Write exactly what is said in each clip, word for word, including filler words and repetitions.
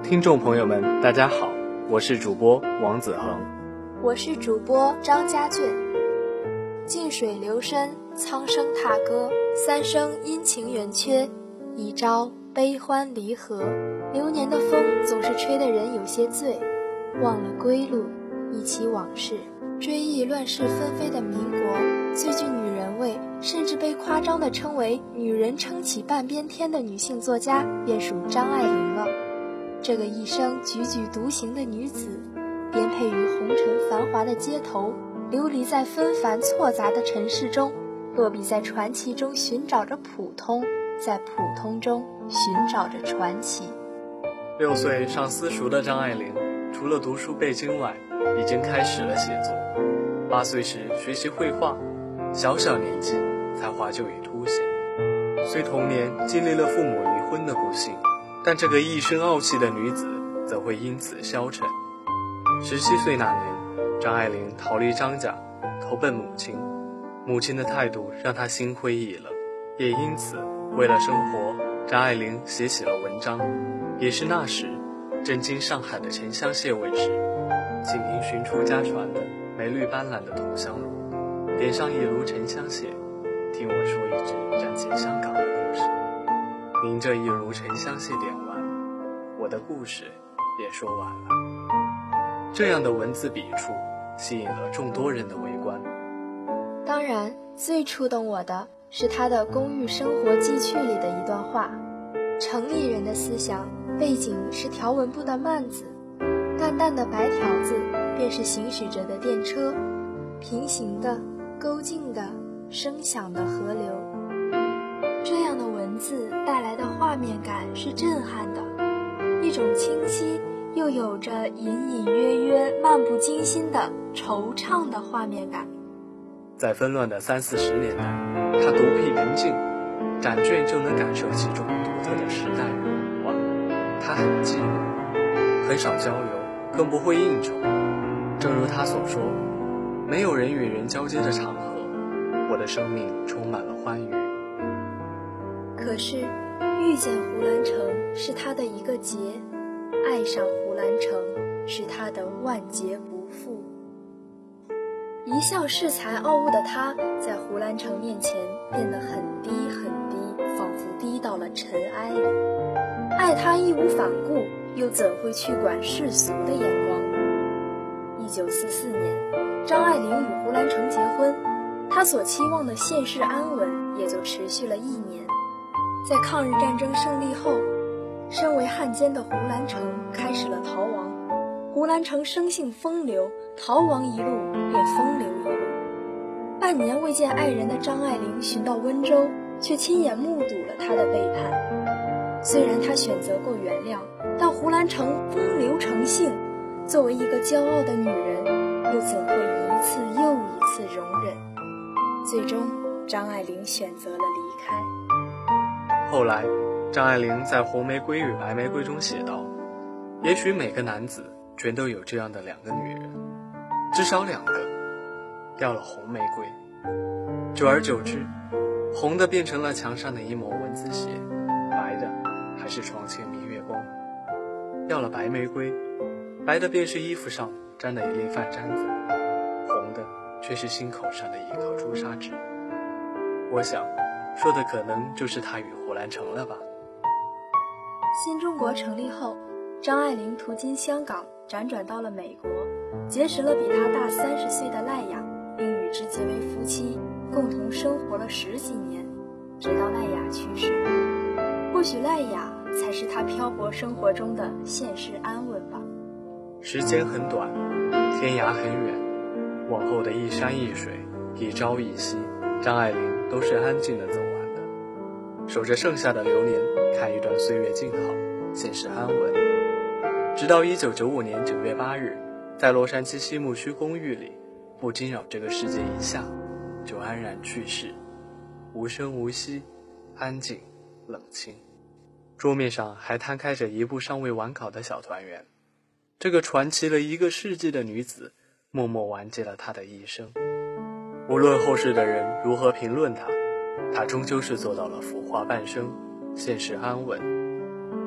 听众朋友们，大家好，我是主播王子恒， 我是主播张家俊。静水流深，苍生踏歌，三生阴晴圆缺，一朝悲欢离合。流年的风总是吹得人有些醉，忘了归路，忆起往事。追忆乱世纷飞的民国，最具女人味，甚至被夸张地称为女人撑起半边天的女性作家，便属张爱玲了。这个一生踽踽独行的女子，颠沛于红尘繁华的街头，流离在纷繁错杂的尘世中，落笔在传奇中寻找着普通，在普通中寻找着传奇。 六岁上私塾的张爱玲，除了读书背经外，已经开始了写作。八岁时学习绘画，小小年纪才华就已凸显。虽童年经历了父母离婚的不幸，但这个一身傲气的女子则会因此消沉。十七岁那年，张爱玲逃离张家，投奔母亲。母亲的态度让她心灰意冷，也因此为了生活，张爱玲写起了文章。也是那时，震惊上海的沉香屑问世，请您寻出家传的美绿斑斓的桐香炉，点上一炉沉香屑，听我说一支展现香港的故事。您这一炉沉香屑点完，我的故事也说完了。这样的文字笔触吸引了众多人的围观。 当然，最触动我的是他的《公寓生活记趣》里的一段话：城里人的思想背景是条纹布的幔子，淡淡的白条子便是行驶着的电车，平行的、勾进的、声响的河流。这样的文字带来的画面感是震撼的，一种清晰又有着隐隐约约漫不经心的惆怅的画面感。 在纷乱的三四十年代，他独辟宁静，展卷就能感受其中独特的时代文化。他很寂寞，很少交流，更不会应酬。正如他所说，没有人与人交接的场合，我的生命充满了欢愉。 可是遇见胡兰成是他的一个劫，爱上胡兰成是他的万劫不复。一向恃才傲物的他，在胡兰成面前变得很低很低，仿佛低到了尘埃里。爱他义无反顾，又怎会去管世俗的眼光？一九四四年，张爱玲与胡兰成结婚，她所期望的现世安稳也就持续了一年。在抗日战争胜利后，身为汉奸的胡兰成开始了逃亡。胡兰成生性风流，逃亡一路便风流一路。半年未见爱人的张爱玲寻到温州，却亲眼目睹了他的背叛。虽然他选择过原谅，但胡兰成风流成性，作为一个骄傲的女人，又怎会一次又一次容忍？最终，张爱玲选择了离开。 后来，张爱玲在《红玫瑰与白玫瑰》中写道：也许每个男子全都有这样的两个女人，至少两个，掉了红玫瑰，久而久之，红的变成了墙上的一抹蚊子血，白的还是床前明月光。掉了白玫瑰，白的便是衣服上沾的一粒饭粘子，红的却是心口上的一颗朱砂痣。我想说的可能就是他与胡兰成了吧。 新中国成立后，张爱玲途经香港，辗转到了美国，结识了比她大三十岁的赖雅，并与之结为夫妻，共同生活了十几年，直到赖雅去世。或许赖雅才是他漂泊生活中的现世安稳吧。 时间很短，天涯很远，往后的一山一水，一朝一夕，张爱玲都是安静地走完的，守着剩下的流年，看一段岁月静好，现世安稳。直到一九九五年九月八日，在洛杉矶西木区公寓里，不惊扰这个世界一下，就安然去世，无声无息，安静冷清。桌面上还摊开着一部尚未完稿的小团圆。这个传奇了一个世纪的女子，默默完结了她的一生。无论后世的人如何评论她，她终究是做到了腐化半生，现世安稳。 接下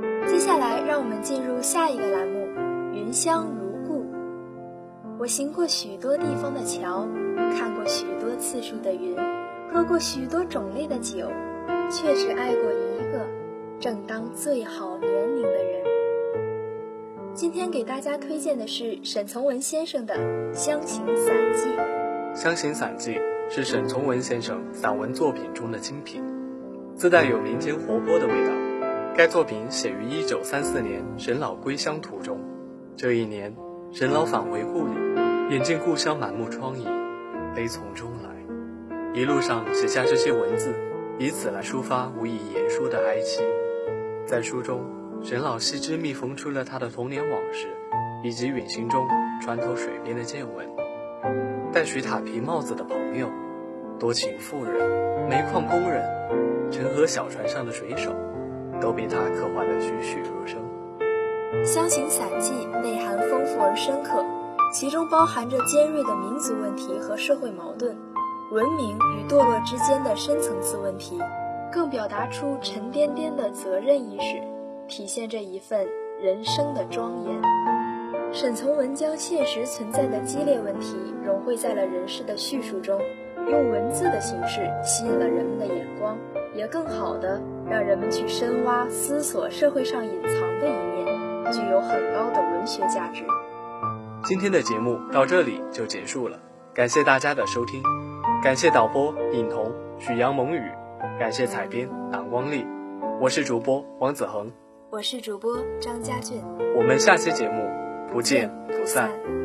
下来，让我们进入下一个栏目——云香如故。我行过许多地方的桥，看过许多次数的云，喝过许多种类的酒，却只爱过一个正当最好年龄的人。今天给大家推荐的是沈从文先生的《湘行散记》。 《湘行散记》是沈从文先生散文作品中的精品，自带有民间活泼的味道。该作品写于一九三四年沈老归乡途中。这一年，沈老返回故里，眼见故乡满目疮痍，悲从中来，一路上写下这些文字，以此来抒发无以言说的哀戚。在书中，沈老细枝密缝出了他的童年往事，以及远行中船头水边的见闻。戴水獭皮帽子的朋友，多情妇人，煤矿工人，沉河小船上的水手，都被他刻画得栩栩如生。 《湘行散记》内涵丰富而深刻，其中包含着尖锐的民族问题和社会矛盾，文明与堕落之间的深层次问题，更表达出沉甸甸的责任意识，体现着一份人生的庄严。沈从文将现实存在的激烈问题融汇在了人世的叙述中，用文字的形式吸引了人们的眼光，也更好地让人们去深挖思索社会上隐藏的一面，具有很高的文学价值。 今天的节目到这里就结束了，感谢大家的收听，感谢导播尹彤、许阳蒙雨，感谢采编党光丽，我是主播王子恒， 我是主播张家俊， 我们下期节目不见不散。